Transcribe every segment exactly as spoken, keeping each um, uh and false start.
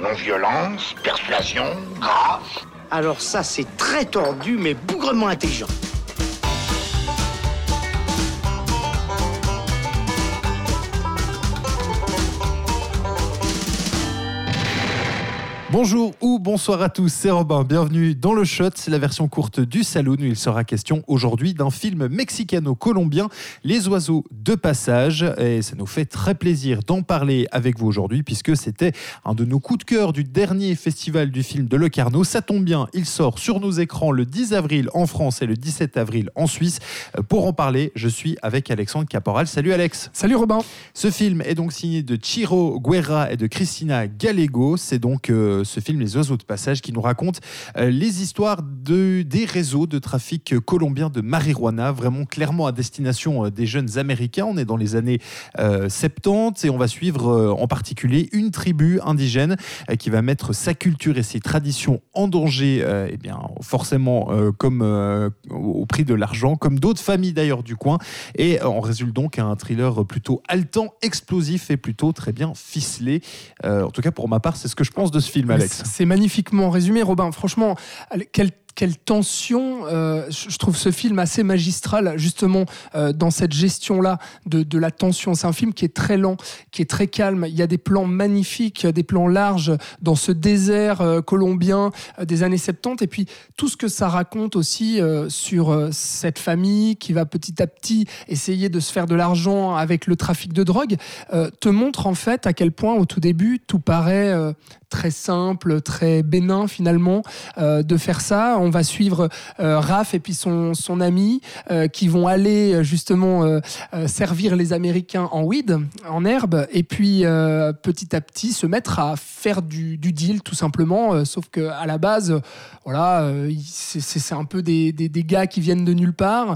Non-violence, persuasion, grâce. Alors ça, c'est très tordu, mais bougrement intelligent. Bonjour ou bonsoir à tous, c'est Robin, bienvenue dans le Shot, c'est la version courte du Saloon où il sera question aujourd'hui d'un film mexicano-colombien, Les Oiseaux de Passage, et ça nous fait très plaisir d'en parler avec vous aujourd'hui puisque c'était un de nos coups de cœur du dernier festival du film de Locarno. Ça tombe bien, il sort sur nos écrans le dix avril en France et le dix-sept avril en Suisse. Pour en parler, je suis avec Alexandre Caporal. Salut Alex. Salut Robin. Ce film est donc signé de Chiro Guerra et de Cristina Gallego, c'est donc... Euh, ce film Les Oiseaux de Passage qui nous raconte euh, les histoires de, des réseaux de trafic colombien de marijuana, vraiment clairement à destination euh, des jeunes américains. On est dans les années euh, soixante-dix et on va suivre euh, en particulier une tribu indigène euh, qui va mettre sa culture et ses traditions en danger, euh, et bien, forcément euh, comme euh, au prix de l'argent, comme d'autres familles d'ailleurs du coin. Et euh, on résulte donc un thriller plutôt haletant, explosif et plutôt très bien ficelé. Euh, en tout cas pour ma part, c'est ce que je pense de ce film. Alex. C'est magnifiquement résumé, Robin. Franchement, quel Quelle tension, euh, je trouve ce film assez magistral justement euh, dans cette gestion-là de, de la tension. C'est un film qui est très lent, qui est très calme. Il y a des plans magnifiques, des plans larges dans ce désert euh, colombien euh, des années soixante-dix. Et puis tout ce que ça raconte aussi euh, sur euh, cette famille qui va petit à petit essayer de se faire de l'argent avec le trafic de drogue euh, te montre en fait à quel point au tout début tout paraît euh, très simple, très bénin finalement euh, de faire ça. On va suivre euh, Raph et puis son, son ami euh, qui vont aller justement euh, euh, servir les Américains en weed, en herbe, et puis euh, petit à petit se mettre à faire du, du deal tout simplement. Euh, sauf qu'à la base, voilà, euh, c'est, c'est un peu des, des, des gars qui viennent de nulle part.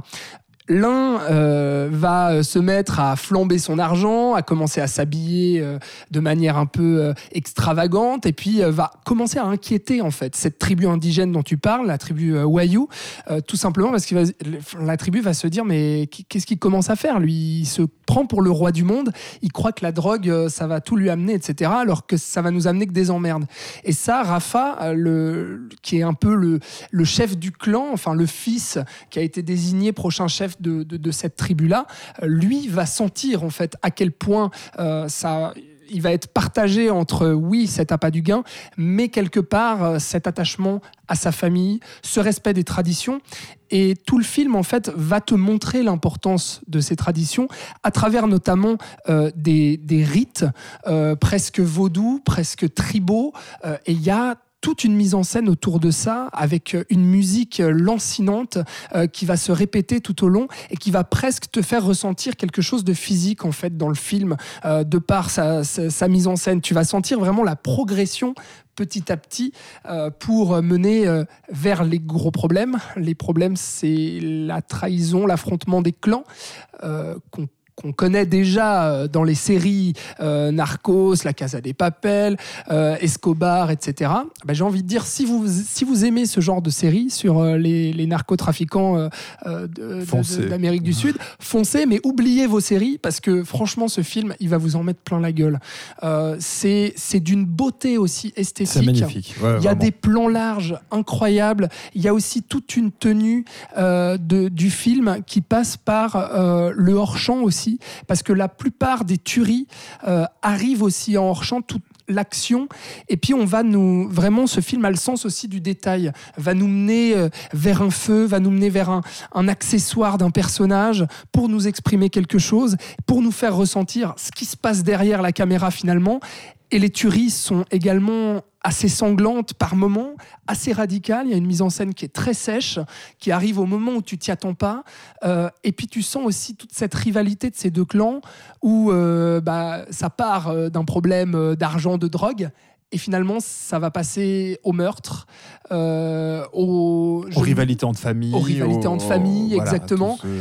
L'un euh, va se mettre à flamber son argent, à commencer à s'habiller euh, de manière un peu euh, extravagante, et puis euh, va commencer à inquiéter en fait cette tribu indigène dont tu parles, la tribu euh, Wayuu, euh, tout simplement parce que la tribu va se dire mais qu'est-ce qu'il commence à faire lui, il se prend pour le roi du monde, il croit que la drogue euh, ça va tout lui amener, et cetera, alors que ça va nous amener que des emmerdes. Et ça, Rafa, euh, le, qui est un peu le, le chef du clan, enfin le fils qui a été désigné prochain chef De, de, de cette tribu-là, lui va sentir en fait à quel point euh, ça, il va être partagé entre oui, cet appât du gain, mais quelque part cet attachement à sa famille, ce respect des traditions. Et tout le film en fait va te montrer l'importance de ces traditions à travers notamment euh, des, des rites euh, presque vaudous, presque tribaux. Euh, et il y a toute une mise en scène autour de ça, avec une musique lancinante euh, qui va se répéter tout au long et qui va presque te faire ressentir quelque chose de physique en fait dans le film, euh, de par sa, sa, sa mise en scène. Tu vas sentir vraiment la progression petit à petit euh, pour mener euh, vers les gros problèmes. Les problèmes, c'est la trahison, l'affrontement des clans euh, qu'on qu'on connaît déjà dans les séries euh, Narcos, La Casa de Papel, euh, Escobar, et cetera. Ben, j'ai envie de dire, si vous, si vous aimez ce genre de séries sur euh, les, les narcotrafiquants euh, euh, de, de, de, d'Amérique du Sud, foncez, mais oubliez vos séries, parce que franchement, ce film, il va vous en mettre plein la gueule. Euh, c'est, c'est d'une beauté aussi esthétique. C'est magnifique. Ouais, il y a vraiment. Des plans larges incroyables. Il y a aussi toute une tenue euh, de, du film qui passe par euh, le hors-champ aussi, parce que la plupart des tueries euh, arrivent aussi en hors-champ, toute l'action, et puis on va nous, vraiment, ce film a le sens aussi du détail, va nous mener euh, vers un feu, va nous mener vers un, un accessoire d'un personnage pour nous exprimer quelque chose, pour nous faire ressentir ce qui se passe derrière la caméra finalement. Et les tueries sont également assez sanglantes par moments, assez radicales. Il y a une mise en scène qui est très sèche, qui arrive au moment où tu t'y attends pas. Euh, et puis tu sens aussi toute cette rivalité de ces deux clans où euh, bah, ça part d'un problème d'argent, de drogue. Et finalement, ça va passer au meurtre, euh, au, aux rivalités entre familles. Aux rivalités au, entre familles, voilà, exactement.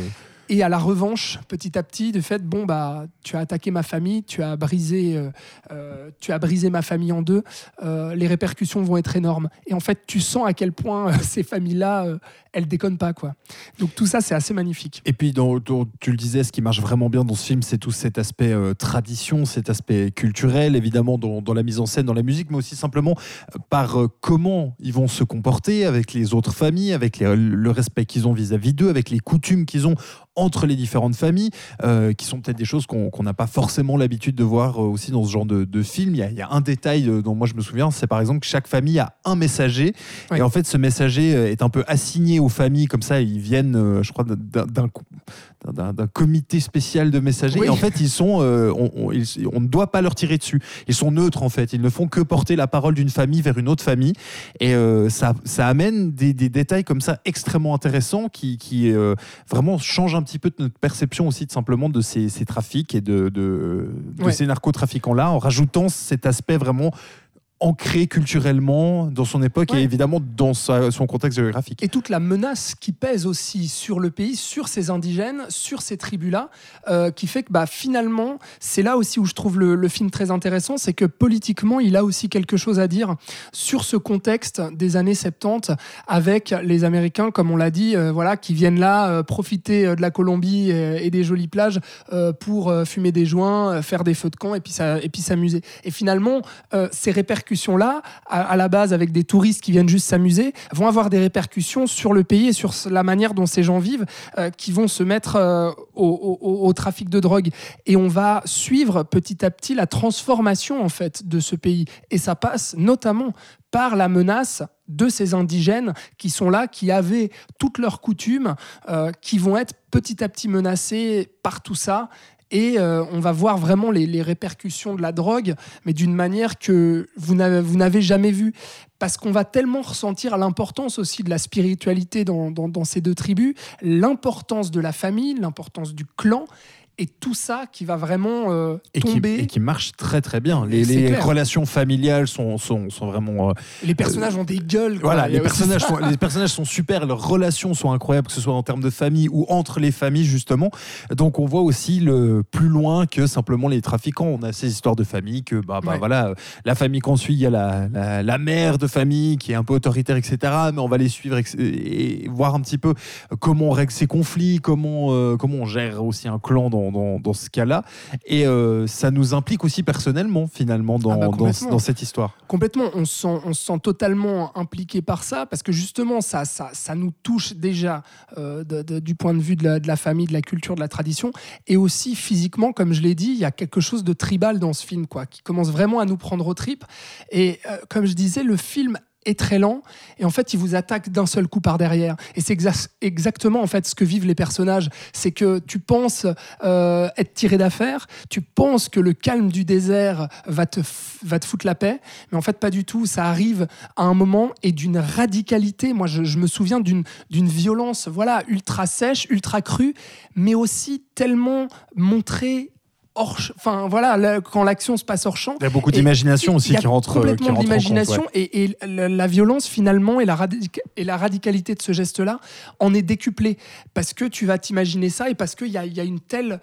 et à la revanche, petit à petit, du fait, bon, bah, tu as attaqué ma famille, tu as brisé, euh, euh, tu as brisé ma famille en deux, euh, les répercussions vont être énormes. Et en fait, tu sens à quel point euh, ces familles-là, euh, elles déconnent pas, quoi. Donc tout ça, c'est assez magnifique. Et puis, dans, dans, tu le disais, ce qui marche vraiment bien dans ce film, c'est tout cet aspect euh, tradition, cet aspect culturel, évidemment, dans, dans la mise en scène, dans la musique, mais aussi simplement euh, par euh, comment ils vont se comporter avec les autres familles, avec les, le respect qu'ils ont vis-à-vis d'eux, avec les coutumes qu'ils ont entre les différentes familles, euh, qui sont peut-être des choses qu'on qu'on n'a pas forcément l'habitude de voir euh, aussi dans ce genre de, de film. Il y, a, il y a un détail euh, dont moi je me souviens, c'est par exemple que chaque famille a un messager, oui. Et en fait ce messager est un peu assigné aux familles, comme ça ils viennent, euh, je crois, d'un, d'un, d'un, d'un comité spécial de messagers, oui. Et en fait ils sont, euh, on, on, ils, on ne doit pas leur tirer dessus, ils sont neutres en fait, ils ne font que porter la parole d'une famille vers une autre famille, et euh, ça, ça amène des, des détails comme ça extrêmement intéressants qui, qui euh, vraiment changent un petit peu de notre perception aussi de simplement de ces, ces trafics et de, de, de ouais. ces narcotrafiquants-là, en rajoutant cet aspect vraiment ancré culturellement dans son époque, ouais. Et évidemment dans sa, son contexte géographique. Et toute la menace qui pèse aussi sur le pays, sur ces indigènes, sur ces tribus-là, euh, qui fait que bah, finalement, c'est là aussi où je trouve le, le film très intéressant, c'est que politiquement, il a aussi quelque chose à dire sur ce contexte des années soixante-dix, avec les Américains, comme on l'a dit, euh, voilà, qui viennent là euh, profiter de la Colombie et, et des jolies plages euh, pour euh, fumer des joints, euh, faire des feux de camp et puis, ça, et puis s'amuser. Et finalement, euh, ces répercussions là, à, à la base avec des touristes qui viennent juste s'amuser, vont avoir des répercussions sur le pays et sur la manière dont ces gens vivent, euh, qui vont se mettre euh, au, au, au trafic de drogue. Et on va suivre petit à petit la transformation en fait de ce pays. Et ça passe notamment par la menace de ces indigènes qui sont là, qui avaient toutes leurs coutumes, euh, qui vont être petit à petit menacés par tout ça. Et euh, on va voir vraiment les, les répercussions de la drogue, mais d'une manière que vous n'avez, vous n'avez jamais vue. Parce qu'on va tellement ressentir l'importance aussi de la spiritualité dans, dans, dans ces deux tribus, l'importance de la famille, l'importance du clan, et tout ça qui va vraiment euh, tomber. Et qui, et qui marche très très bien. Les, les relations familiales sont, sont, sont vraiment... Euh, les personnages euh, ont des gueules. Quoi. Voilà, les personnages, sont, les personnages sont super, leurs relations sont incroyables, que ce soit en termes de famille ou entre les familles, justement. Donc on voit aussi le plus loin que simplement les trafiquants. On a ces histoires de famille que, bah, bah, ouais. voilà, la famille qu'on suit, il y a la, la, la mère de famille qui est un peu autoritaire, et cetera. Mais on va les suivre et, et voir un petit peu comment on règle ces conflits, comment, euh, comment on gère aussi un clan dans Dans, dans ce cas-là, et euh, ça nous implique aussi personnellement finalement dans, ah bah dans, dans cette histoire. Complètement, on se sent, on se sent totalement impliqué par ça, parce que justement ça, ça, ça nous touche déjà euh, de, de, du point de vue de la, de la famille, de la culture, de la tradition, et aussi physiquement, comme je l'ai dit, il y a quelque chose de tribal dans ce film, quoi, qui commence vraiment à nous prendre aux tripes, et euh, comme je disais, le film est très lent, et en fait il vous attaque d'un seul coup par derrière, et c'est exa- exactement en fait ce que vivent les personnages. C'est que tu penses euh, être tiré d'affaire, tu penses que le calme du désert va te, f- va te foutre la paix, mais en fait pas du tout. Ça arrive à un moment, et d'une radicalité. Moi je, je me souviens d'une, d'une violence, voilà, ultra sèche, ultra crue, mais aussi tellement montrée hors, enfin voilà, là, quand l'action se passe hors champ. Il y a beaucoup d'imagination et, aussi qui rentre, complètement qui rentre d'imagination, en compte, ouais. et, et la, la violence finalement et la, radic- et la radicalité de ce geste-là en est décuplée, parce que tu vas t'imaginer ça, et parce qu'il y a, il y a une telle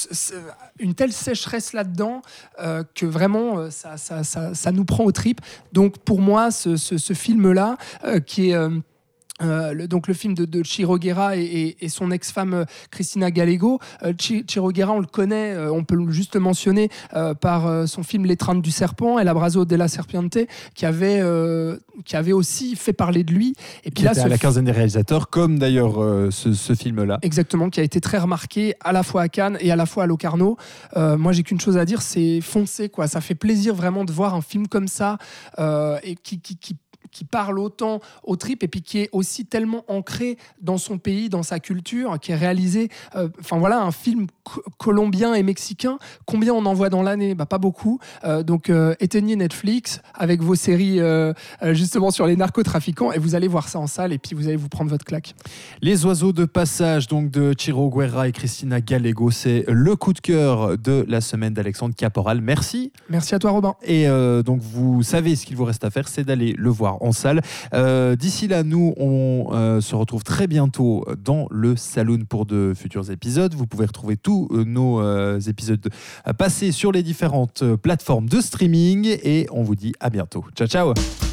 une telle sécheresse là-dedans euh, que vraiment ça, ça, ça, ça nous prend aux tripes. Donc pour moi ce, ce, ce film-là euh, qui est euh, Euh, le, donc le film de, de Chiro Guerra et, et, et son ex-femme euh, Cristina Gallego. euh, Ch- Chiro Guerra, on le connaît, euh, on peut juste le mentionner euh, par euh, son film L'étreinte du serpent et l'Abrazo della Serpiente, qui avait, euh, qui avait aussi fait parler de lui. Et puis qui là, était à la quinzaine des réalisateurs, comme d'ailleurs euh, ce, ce film-là. Exactement, qui a été très remarqué à la fois à Cannes et à la fois à Locarno. Euh, moi, j'ai qu'une chose à dire, c'est foncer, quoi. Ça fait plaisir vraiment de voir un film comme ça euh, et qui, qui, qui qui parle autant aux tripes, et puis qui est aussi tellement ancré dans son pays, dans sa culture, qui est réalisé, enfin euh, voilà, un film co- colombien et mexicain. Combien on en voit dans l'année? Bah, pas beaucoup. Euh, donc euh, éteignez Netflix avec vos séries euh, euh, justement sur les narcotrafiquants, et vous allez voir ça en salle, et puis vous allez vous prendre votre claque. Les oiseaux de passage, donc de Chiro Guerra et Cristina Gallego, c'est le coup de cœur de la semaine d'Alexandre Caporal. Merci. Merci à toi, Robin. Et euh, donc vous savez ce qu'il vous reste à faire, c'est d'aller le voir en salle. Euh, d'ici là, nous, on euh, se retrouve très bientôt dans le Saloon pour de futurs épisodes. Vous pouvez retrouver tous euh, nos euh, épisodes euh, passés sur les différentes euh, plateformes de streaming et on vous dit à bientôt. Ciao, ciao.